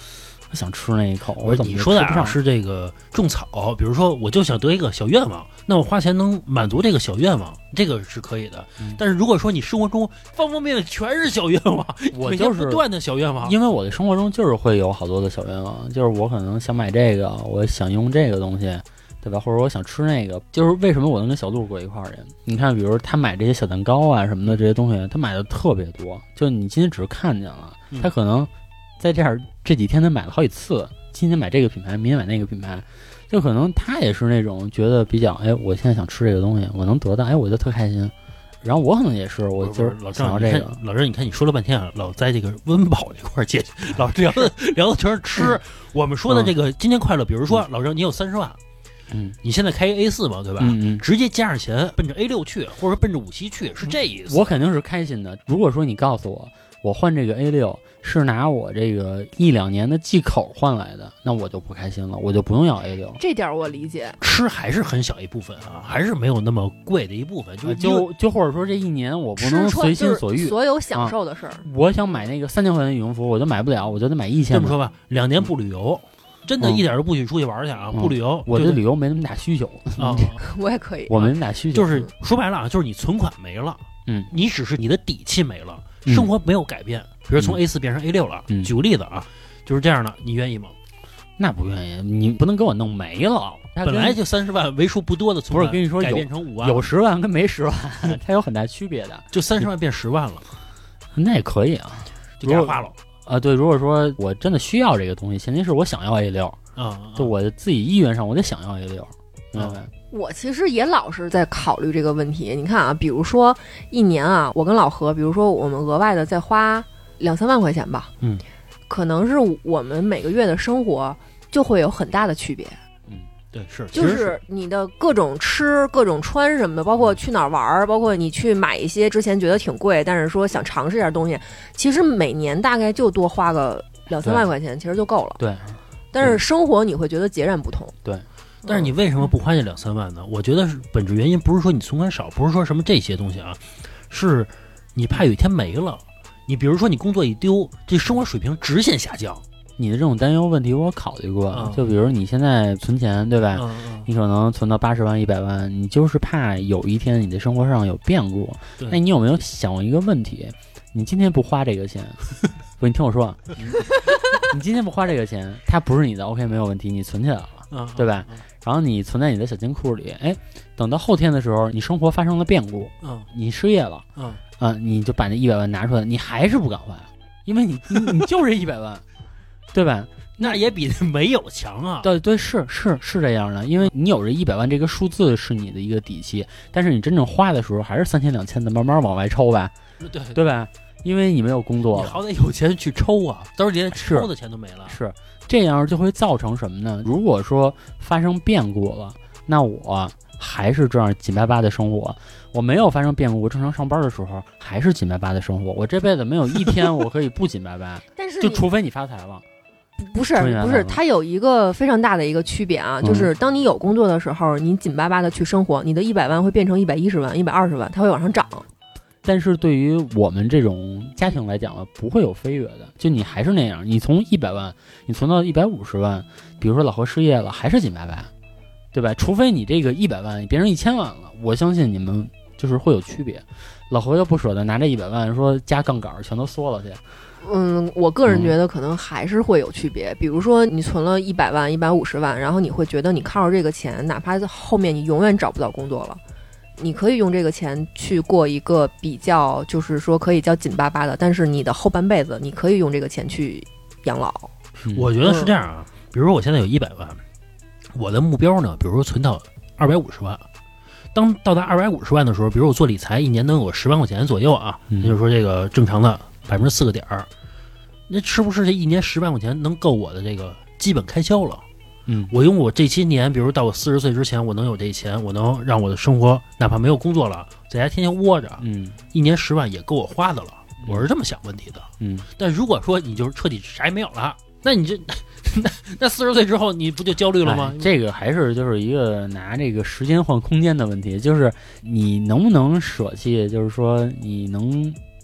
我想吃那一口。 我说你说的是这个种草，比如说我就想得一个小愿望，那我花钱能满足这个小愿望，这个是可以的。但是如果说你生活中方方面面全是小愿望， 我就是不断的小愿望， 因为我的生活中就是会有好多的小愿望，就是我可能想买这个，我想用这个东西。对吧？或者我想吃那个，就是为什么我能跟小鹿过一块儿去？你看，比如他买这些小蛋糕啊什么的这些东西，他买的特别多。就你今天只是看见了，他可能在这几天他买了好几次，今天买这个品牌，明天买那个品牌，就可能他也是那种觉得比较，哎，我现在想吃这个东西，我能得到，哎，我就特开心。然后我可能也是，我今儿想要这个。 老郑，你看你说了半天啊，老在这个温饱这块解决，老聊的全是吃。我们说的这个今天快乐，比如说老郑，你有30万。你现在开一 A4 嘛，对吧？直接加上钱，奔着 A6 去，或者奔着57去，是这意思。 我肯定是开心的。如果说你告诉我换这个 A6是拿我这个1-2年的忌口换来的，那我就不开心了，我就不用要 A6。 这点我理解。 吃还是很小一部分啊，还是没有那么贵的一部分。 就或者说这一年我不能随心所欲， 所有享受的事儿。 我想买那个3000块钱羽绒服，我就买不了，我就得买1000。 这么说吧，2年不旅游。真的一点都不许出去玩去啊！不旅游， 我对旅游没那么大需求啊。 我也可以， 我没那么大需求。 就是说白了啊，就是你存款没了，你只是你的底气没了，生活没有改变。比如从 A4 变成 A6 了，举个例子啊，就是这样的，你愿意吗？ 那不愿意，你不能给我弄没了。 本来就30万为数不多的存款， 不是跟你说改变成5万， 有10万跟没10万，它有很大区别的。 就30万变10万了， 那也可以啊， 就这花了啊。对，如果说我真的需要这个东西，前提是我想要 A6。就我自己意愿上，我得想要A6。 我其实也老是在考虑这个问题。你看啊，比如说一年啊，我跟老何，比如说我们额外的再花2-3万块钱吧，可能是我们每个月的生活就会有很大的区别。 对， 就是你的各种吃、各种穿什么的，包括去哪儿玩，包括你去买一些之前觉得挺贵，但是说想尝试一下东西，其实每年大概就多花个2-3万块钱，其实就够了。 对。 但是生活你会觉得截然不同。 对， 但是你为什么不花这2-3万呢？我觉得是本质原因不是说你存款少，不是说什么这些东西啊，是你怕有一天没了。你比如说你工作一丢，这生活水平直线下降。 你的这种担忧问题我考虑过，就比如你现在存钱，对吧？你可能存到80万、100万，你就是怕有一天你的生活上有变故。那你有没有想过一个问题？你今天不花这个钱，不，你听我说，你今天不花这个钱，它不是你的 ，OK， 没有问题，你存起来了，对吧？然后你存在你的小金库里，哎，等到后天的时候，你生活发生了变故，你失业了，你就把那100万拿出来，你还是不敢花，因为你就是100万，对吧？ 那也比没有强啊。 对，是这样的，因为你有这100万这个数字是你的一个底气，但是你真正花的时候还是3000、2000的慢慢往外抽吧，对吧？因为你没有工作， 你好歹有钱去抽啊，到时候连抽的钱都没了。 是这样就会造成什么呢？如果说发生变故了，那我还是这样紧巴巴的生活。我没有发生变故，我正常上班的时候还是紧巴巴的生活。我这辈子没有一天我可以不紧巴巴， 但是就除非你发财了。 不是，它有一个非常大的一个区别啊，就是当你有工作的时候，你紧巴巴的去生活，你的100万会变成110万、120万，它会往上涨。 但是对于我们这种家庭来讲呢，不会有飞跃的，就你还是那样，你从100万你存到150万，比如说老何失业了，还是紧巴巴，对吧？除非你这个100万变成1000万了，我相信你们就是会有区别。老何又不舍得拿这100万说加杠杆全都缩了去。 我个人觉得可能还是会有区别。比如说你存了100万、150万，然后你会觉得你靠着这个钱，哪怕后面你永远找不到工作了，你可以用这个钱去过一个比较，就是说可以叫紧巴巴的，但是你的后半辈子你可以用这个钱去养老。 我觉得是这样啊，比如说我现在有100万，我的目标呢，比如说存到250万。当到达250万的时候，比如我做理财，一年能有10万块钱左右啊，也就是说这个正常的4%个点，那是不是这一年10万块钱能够我的这个基本开销了？我用我这些年，比如到我40岁之前，我能有这钱，我能让我的生活哪怕没有工作了，在家天天窝着，一年10万也够我花的了。我是这么想问题的。但如果说你就是彻底啥也没有了，那你这那40岁之后你不就焦虑了吗？ 这个还是就是一个拿这个时间换空间的问题，就是你能不能舍弃，就是说你能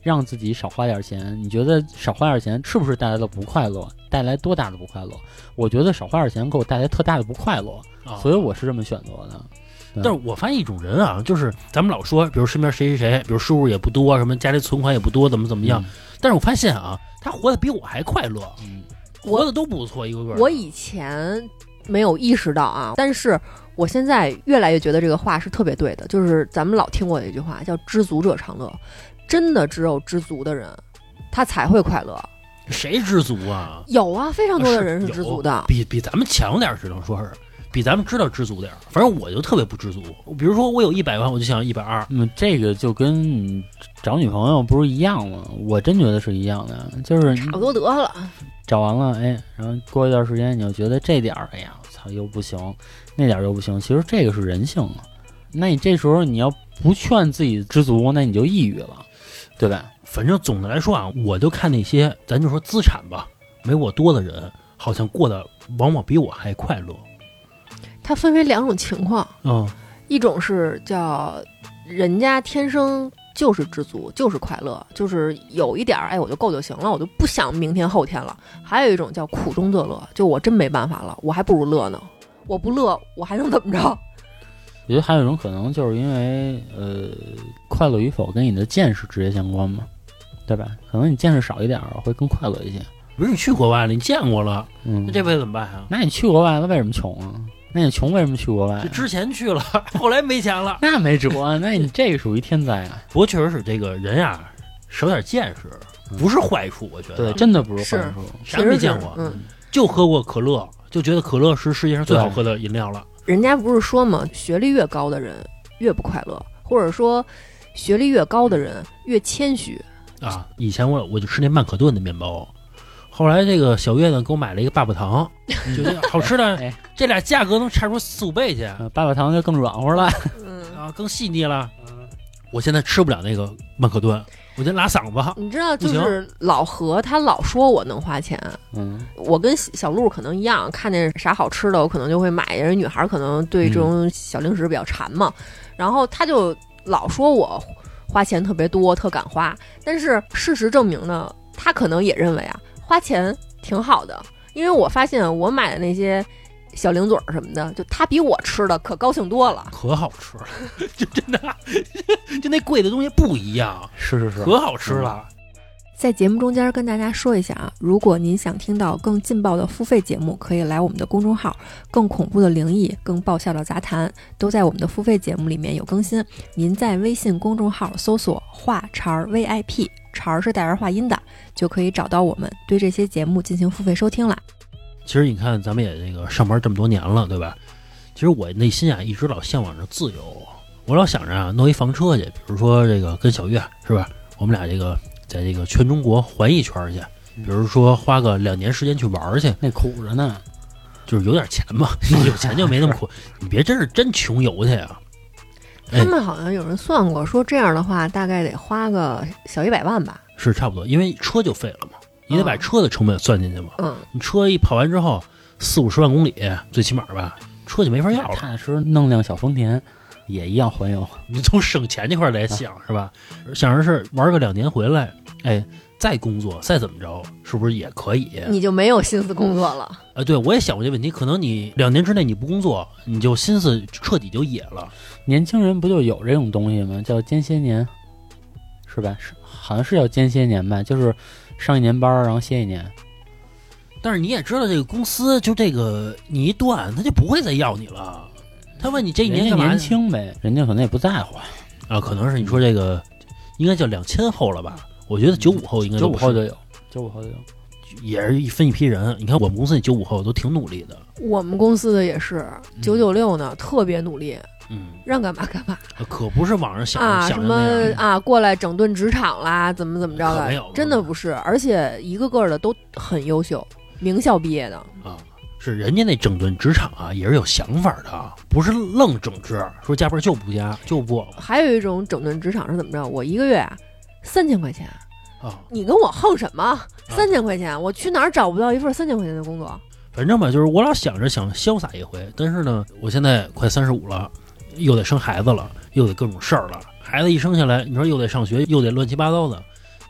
让自己少花点钱，你觉得少花点钱是不是带来了不快乐？带来多大的不快乐？我觉得少花点钱给我带来特大的不快乐，所以我是这么选择的。 但是我发现一种人啊，就是咱们老说，比如身边谁谁谁，比如收入也不多，什么家里存款也不多，怎么样。但是我发现啊，他活得比我还快乐，活得都不错，一个个。 我以前没有意识到啊，但是我现在越来越觉得这个话是特别对的，就是咱们老听过的一句话，叫知足者常乐。真的只有知足的人，他才会快乐。 谁知足啊？ 有啊，非常多的人是知足的， 比咱们强点，只能说是比咱们知道知足点。反正我就特别不知足。比如说我有100万，我就想120。 这个就跟你找女朋友不是一样吗？我真觉得是一样的，就是差不多得了。 找完了，然后过一段时间，你就觉得这点儿，哎呀，操，又不行，那点儿又不行。其实这个是人性啊。那你这时候你要不劝自己知足，那你就抑郁了，对吧？ 反正总的来说啊，我就看那些咱就说资产吧，没我多的人，好像过得往往比我还快乐。 它分为两种情况，一种是叫人家天生就是知足，就是快乐，就是有一点我就够就行了，我就不想明天后天了。还有一种叫苦中作乐，就我真没办法了，我还不如乐呢，我不乐我还能怎么着？ 我觉得还有一种可能，就是因为快乐与否跟你的见识直接相关嘛，对吧？可能你见识少一点会更快乐一些。 不是你去国外了，你见过了，那这辈子怎么办啊？ 那你去国外了，为什么穷啊？那你穷为什么去国外？ 就之前去了，后来没钱了， 那没辙啊。那你这个属于天灾啊。 不过确实是这个人啊，少点见识不是坏处，我觉得对，真的不是坏处。 啥没见过，就喝过可乐，就觉得可乐是世界上最好喝的饮料了。 人家不是说嘛，学历越高的人越不快乐，或者说学历越高的人越谦虚啊。以前我就吃那曼可顿的面包，后来这个小月呢给我买了一个爸爸糖，觉得好吃的，这俩价格能差出4-5倍去。 爸爸糖就更软和了， 更细腻了。我现在吃不了那个曼可顿，我就拉嗓子。 你知道，就是老何他老说我能花钱，我跟小鹿可能一样，看见啥好吃的我可能就会买。人女孩可能对这种小零食比较馋嘛，然后他就老说我花钱特别多，特敢花。但是事实证明呢，他可能也认为啊，花钱挺好的，因为我发现我买的那些小零嘴什么的，就他比我吃的可高兴多了， 可好吃了，就真的，就那贵的东西不一样， 是， 可好吃了。 在节目中间跟大家说一下啊，如果您想听到更劲爆的付费节目，可以来我们的公众号，更恐怖的灵异，更爆笑的杂谈，都在我们的付费节目里面有更新。您在微信公众号搜索话茬 VIP， 茬是带儿化音的，就可以找到我们，对这些节目进行付费收听了。 其实你看咱们也这个上班这么多年了，对吧？其实我内心啊一直老向往着自由，我老想着啊弄一房车去，比如说这个跟小月是吧，我们俩这个在这个全中国环一圈去，比如说花个2年时间去玩去， 那苦着呢， 就是有点钱嘛，有钱就没那么苦。你别真穷游去啊！ 他们好像有人算过，说这样的话大概得花个小100万吧， 是差不多，因为车就废了嘛。你得把车的成本算进去嘛。你车一跑完之后40-50万公里，最起码吧，车就没法要了。 踏踏实弄辆小丰田，也一样环游。 你从省钱这块来想，是吧？想着是玩个2年回来，再工作，再怎么着，是不是也可以？ 你就没有心思工作了。 对，我也想过这问题。可能你2年之内你不工作，你就心思彻底就野了。 年轻人不就有这种东西吗？叫间歇年，是吧？好像是叫间歇年吧，就是上1年班，然后歇1年。 但是你也知道，这个公司就这个你一断，他就不会再要你了。他问你这1年干嘛？ 年轻呗，人家可能也不在乎啊。可能是你说这个应该叫2000后了吧？我觉得95后应该都不是。 95后就有，95后就有， 也是一批人。你看我们公司那95后都挺努力的。 我们公司的也是996呢，特别努力。让干嘛干嘛， 可不是网上想什么啊，过来整顿职场啦，怎么着的，真的不是，而且一个个的都很优秀，名校毕业的啊。是人家那整顿职场啊，也是有想法的，不是愣整治，说加班就不加就不。 还有一种整顿职场是怎么着？我一个月3000块钱啊，你跟我横什么？3000块钱，我去哪儿找不到一份3000块钱的工作？ 反正吧，就是我老想着想潇洒一回，但是呢，我现在快35了。又得生孩子了，又得各种事儿了。孩子一生下来，你说又得上学，又得乱七八糟的，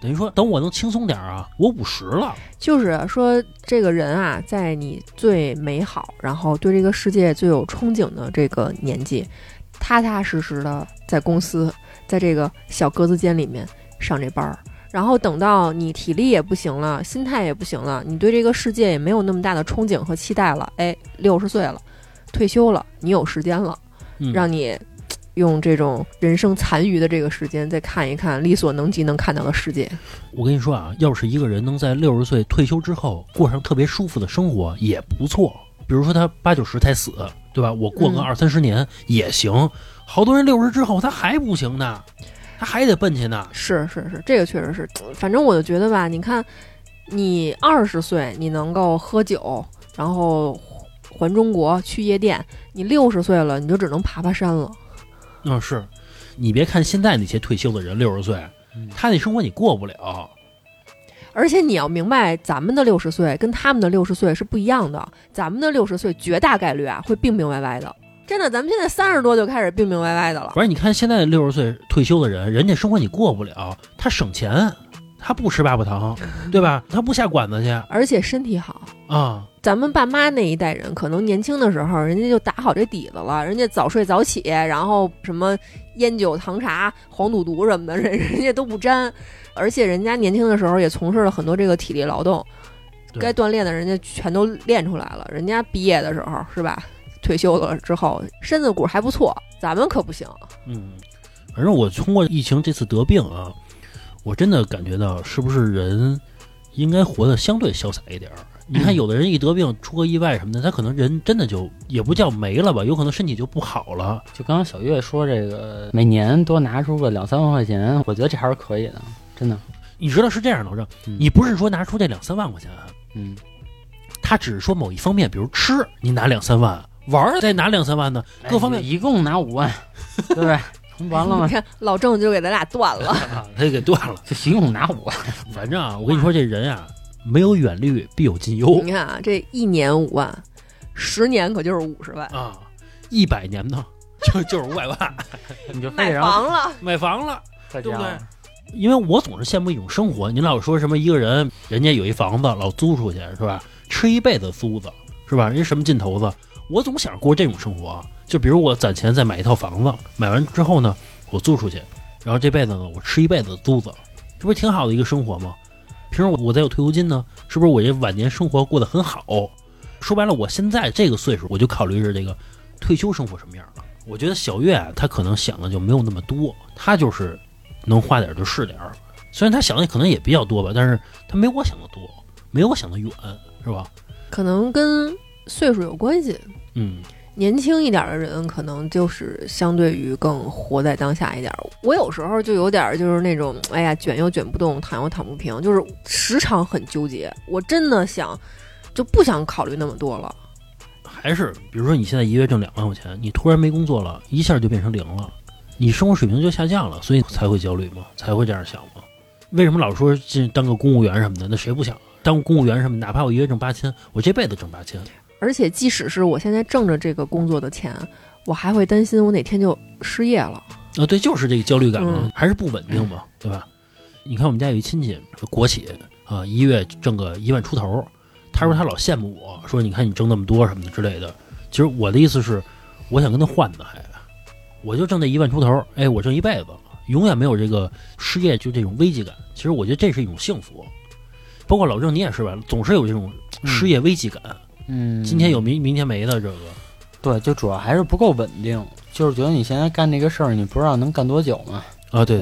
等于说等我能轻松点啊，我50了。 就是说这个人啊，在你最美好，然后对这个世界最有憧憬的这个年纪，踏踏实实的在公司，在这个小格子间里面上这班儿。然后等到你体力也不行了，心态也不行了，你对这个世界也没有那么大的憧憬和期待了，哎，60岁了，退休了，你有时间了，让你用这种人生残余的这个时间再看一看力所能及能看到的世界。 我跟你说啊，要是一个人能在60岁退休之后过上特别舒服的生活也不错，比如说他80、90才死，对吧？我过个20、30年也行。好多人60之后他还不行呢，他还得奔去呢。 是，这个确实是。反正我就觉得吧，你看你20岁你能够喝酒，然后环中国去夜店，你60岁了你就只能爬山了。 是，你别看现在那些退休的人60岁，他那生活你过不了。 而且你要明白，咱们的60岁跟他们的60岁是不一样的。咱们的60岁绝大概率啊会病病歪歪的，真的，咱们现在30多就开始病病歪歪的了。 不是，你看现在60岁退休的人，人家生活你过不了，他省钱，他不吃8宝糖，对吧？他不下馆子去， 而且身体好啊。 咱们爸妈那一代人，可能年轻的时候，人家就打好这底子了，人家早睡早起，然后什么烟酒糖茶、黄赌毒什么的，人家都不沾，而且人家年轻的时候也从事了很多这个体力劳动，该锻炼的人家全都练出来了。人家毕业的时候是吧？退休了之后，身子骨还不错，咱们可不行。 反正我通过疫情这次得病啊，我真的感觉到是不是人应该活得相对潇洒一点。你看有的人一得病出个意外什么的，他可能人真的就也不叫没了吧，有可能身体就不好了。 就刚刚小月说这个每年多拿出个2、3万块钱，我觉得这还是可以的，真的。 你知道是这样的，老郑，你不是说拿出这2、3万块钱，他只是说某一方面，比如吃你拿2、3万，玩再拿2、3万呢，各方面一共拿5万，对不对？完了吗？ 你看老郑就给咱俩断了， 他就给断了， 就一共拿5万。 反正啊，我跟你说，这人啊，没有远虑必有近忧。 你看啊，这1年5万，10年可就是50万啊，100年呢就是500万， 你就买房了， 买房了，对不对？因为我总是羡慕一种生活，你老说什么一个人人家有一房子老租出去是吧？吃一辈子租子是吧？人什么劲头子？我总想过这种生活，就比如我攒钱再买一套房子，买完之后呢，我租出去，然后这辈子呢，我吃一辈子租子，这不是挺好的一个生活吗？平时我再有退休金呢，是不是我这晚年生活过得很好？说白了，我现在这个岁数，我就考虑是这个退休生活什么样了。我觉得小月啊，他可能想的就没有那么多，他就是能花点就是点，虽然他想的可能也比较多吧，但是他没我想的多，没我想的远，是吧？ 可能跟岁数有关系。年轻一点的人可能就是相对于更活在当下一点。我有时候就有点就是那种，哎呀，卷又卷不动，躺又躺不平，就是时常很纠结。我真的想，就不想考虑那么多了。 还是比如说你现在一月挣2万块钱，你突然没工作了，一下就变成0了，你生活水平就下降了，所以才会焦虑嘛，才会这样想嘛。为什么老说当个公务员什么的？那谁不想当公务员什么？哪怕我一月挣8000，我这辈子挣8000。 而且即使是我现在挣着这个工作的钱，我还会担心我哪天就失业了。 对，就是这个焦虑感嘛，还是不稳定嘛，对吧？你看我们家有一亲戚，国企啊，一月挣个1万出头，他说他老羡慕我，说你看你挣那么多什么的之类的。其实我的意思是，我想跟他换的，我就挣这1万出头，哎，我挣一辈子，永远没有这个失业就这种危机感。其实我觉得这是一种幸福。包括老郑你也是吧，总是有这种失业危机感。今天有明天没的这个， 对，就主要还是不够稳定，就是觉得你现在干这个事儿，你不知道能干多久嘛。 对，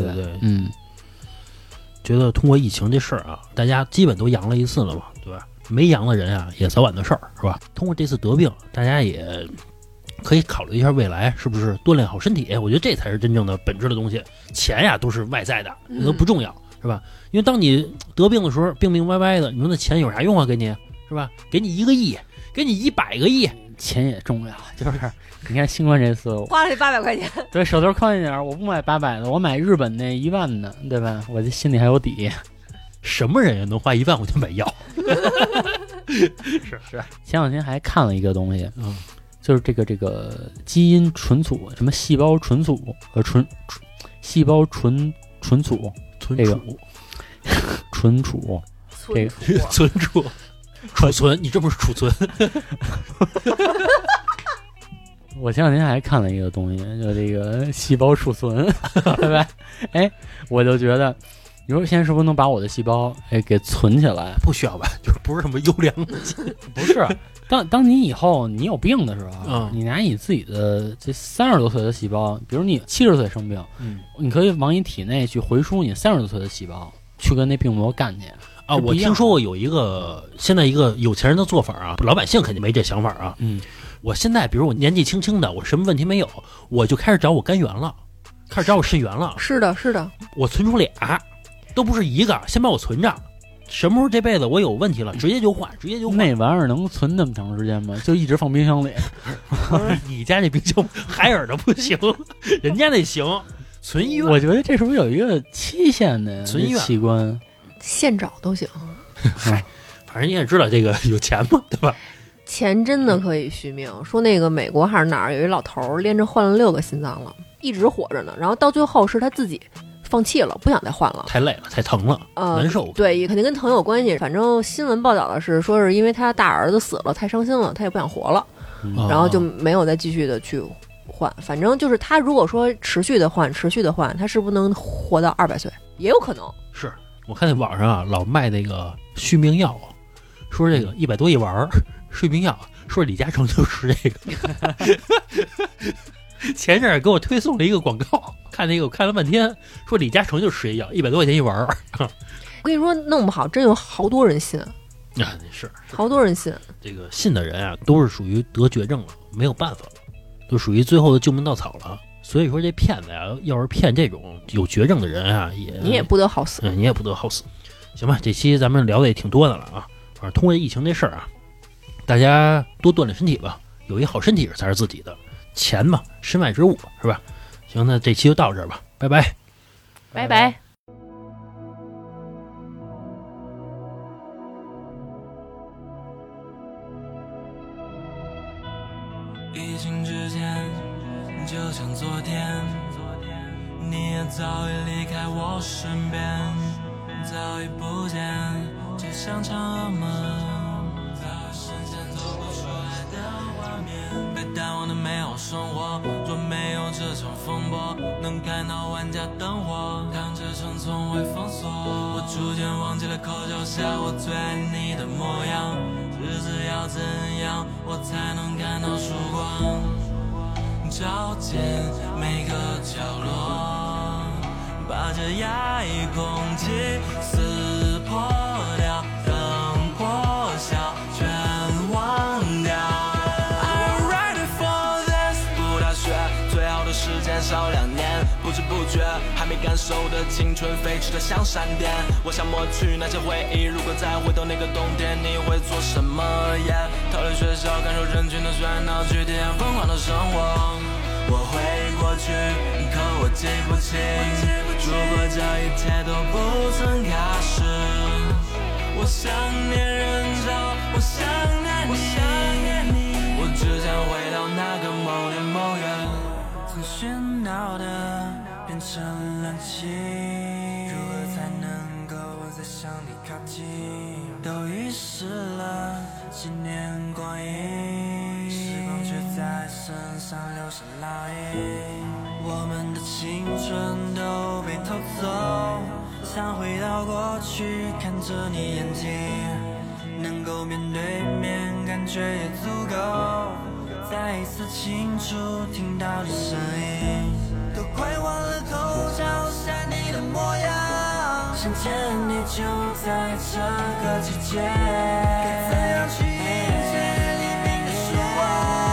觉得通过疫情这事儿啊，大家基本都阳了一次了嘛，对吧？没阳的人啊，也早晚的事儿，是吧？通过这次得病，大家也可以考虑一下未来是不是锻炼好身体。我觉得这才是真正的本质的东西，钱呀都是外在的，都不重要，是吧？因为当你得病的时候，病病歪歪的，你说那钱有啥用啊？给你是吧？给你1个亿。给你100个亿， 钱也重要。就是你看新冠这次花了这800块钱， 对，手头宽一点，我不买800的，我买日本那1万的，对吧？我这心里还有底。 什么人也能花1万块钱买药？ 是。前两天还看了一个东西，就是这个基因存储，什么细胞存储和细胞存储，这个存储，这个存储。储存，你这不是储存？ 我前两天还看了一个东西，就这个细胞储存，对吧？哎，我就觉得，你说现在是不是能把我的细胞给存起来？ 不需要吧？就是不是什么优良的， 不是。当你以后你有病的时候，你拿你自己的这30多岁的细胞，比如你70岁生病，你可以往你体内去回输你30多岁的细胞，去跟那病魔干去。 啊，我听说过有一个现在一个有钱人的做法啊，老百姓肯定没这想法啊。我现在比如我年纪轻轻的，我什么问题没有，我就开始找我肝源了，开始找我肾源了。 是的，是的， 我存出俩，都不是一个，先把我存着。什么时候这辈子我有问题了，直接就换，直接就换。 那玩意儿能存那么长时间吗？就一直放冰箱里。 你家那冰箱海尔的不行，人家那行，存医院。 我觉得这是不是有一个期限的？ 存医院器官。 现找都行， 反正你也知道这个有钱嘛，对吧？ 钱真的可以续命。说那个美国还是哪儿有一老头连着换了6个心脏了，一直活着呢。然后到最后是他自己放弃了，不想再换了， 太累了，太疼了，难受。 对，肯定跟疼有关系。反正新闻报道的是说是因为他大儿子死了，太伤心了，他也不想活了，然后就没有再继续的去换。反正就是他如果说持续的换，他是不是能活到200岁？也有可能是。我看那网上啊，老卖那个续命药，说这个100多一丸续命药，说李嘉诚就吃这个。前阵儿给我推送了一个广告，看那个我看了半天，说李嘉诚就吃这药，100多块钱一丸。 我跟你说，弄不好真有好多人信啊，是好多人信。 这个信的人啊，都是属于得绝症了，没有办法了，都属于最后的救命稻草了。所以说这骗子呀，要是骗这种有绝症的人啊， 你也不得好死， 你也不得好死。行吧，这期咱们聊的也挺多的了啊。反正通过疫情这事儿啊，大家多锻炼身体吧，有一好身体才是自己的。钱嘛，身外之物，是吧？行，那这期就到这儿吧，拜拜， 拜拜。 疫情之前，就像昨天，你也早已离开我身边，早已不见，就像场噩梦，早已深陷走不出来的画面。被淡忘的美好生活，若没有这场风波，能看到万家灯火，当这城从未封锁。我逐渐忘记了口角下我最爱你的模样，日子要怎样，我才能看到曙光？照进每个角落，把这压抑空气撕破掉，灯破晓，全忘掉。I'm ready for this。读大学最好的时间少2年，不知不觉还没感受的青春飞驰的像闪电。我想抹去那些回忆，如果再回到那个冬天，你会做什么？逃离学校，感受人群的喧闹，去体验疯狂的生活。我回过去，可我记不清。如果这一切都不曾开始，我想念人潮，我想念你，我只想回到那个某年某月，曾喧闹的变成冷清。如何才能够再向你靠近？都遗失了几年光阴，时光却在身上留下烙印。我们的青春都被偷走，想回到过去，看着你眼睛，能够面对面，感觉也足够，再一次清楚听到的声音。都快忘了口角下你的模样，想见你就在这个季节，该怎样去迎接黎明的曙光？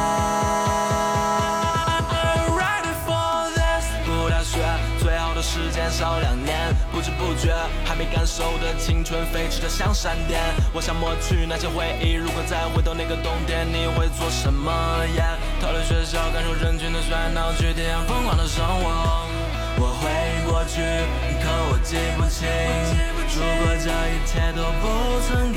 I'm ready for this。 读大学最好的时间少2年，不知不觉还没感受的青春飞驰的像闪电。我想抹去那些回忆，如果再回到那个冬天，你会做什么？逃离学校，感受人群的喧闹，去体验疯狂的生活。我回过去，可我记不清。如果这一切都不曾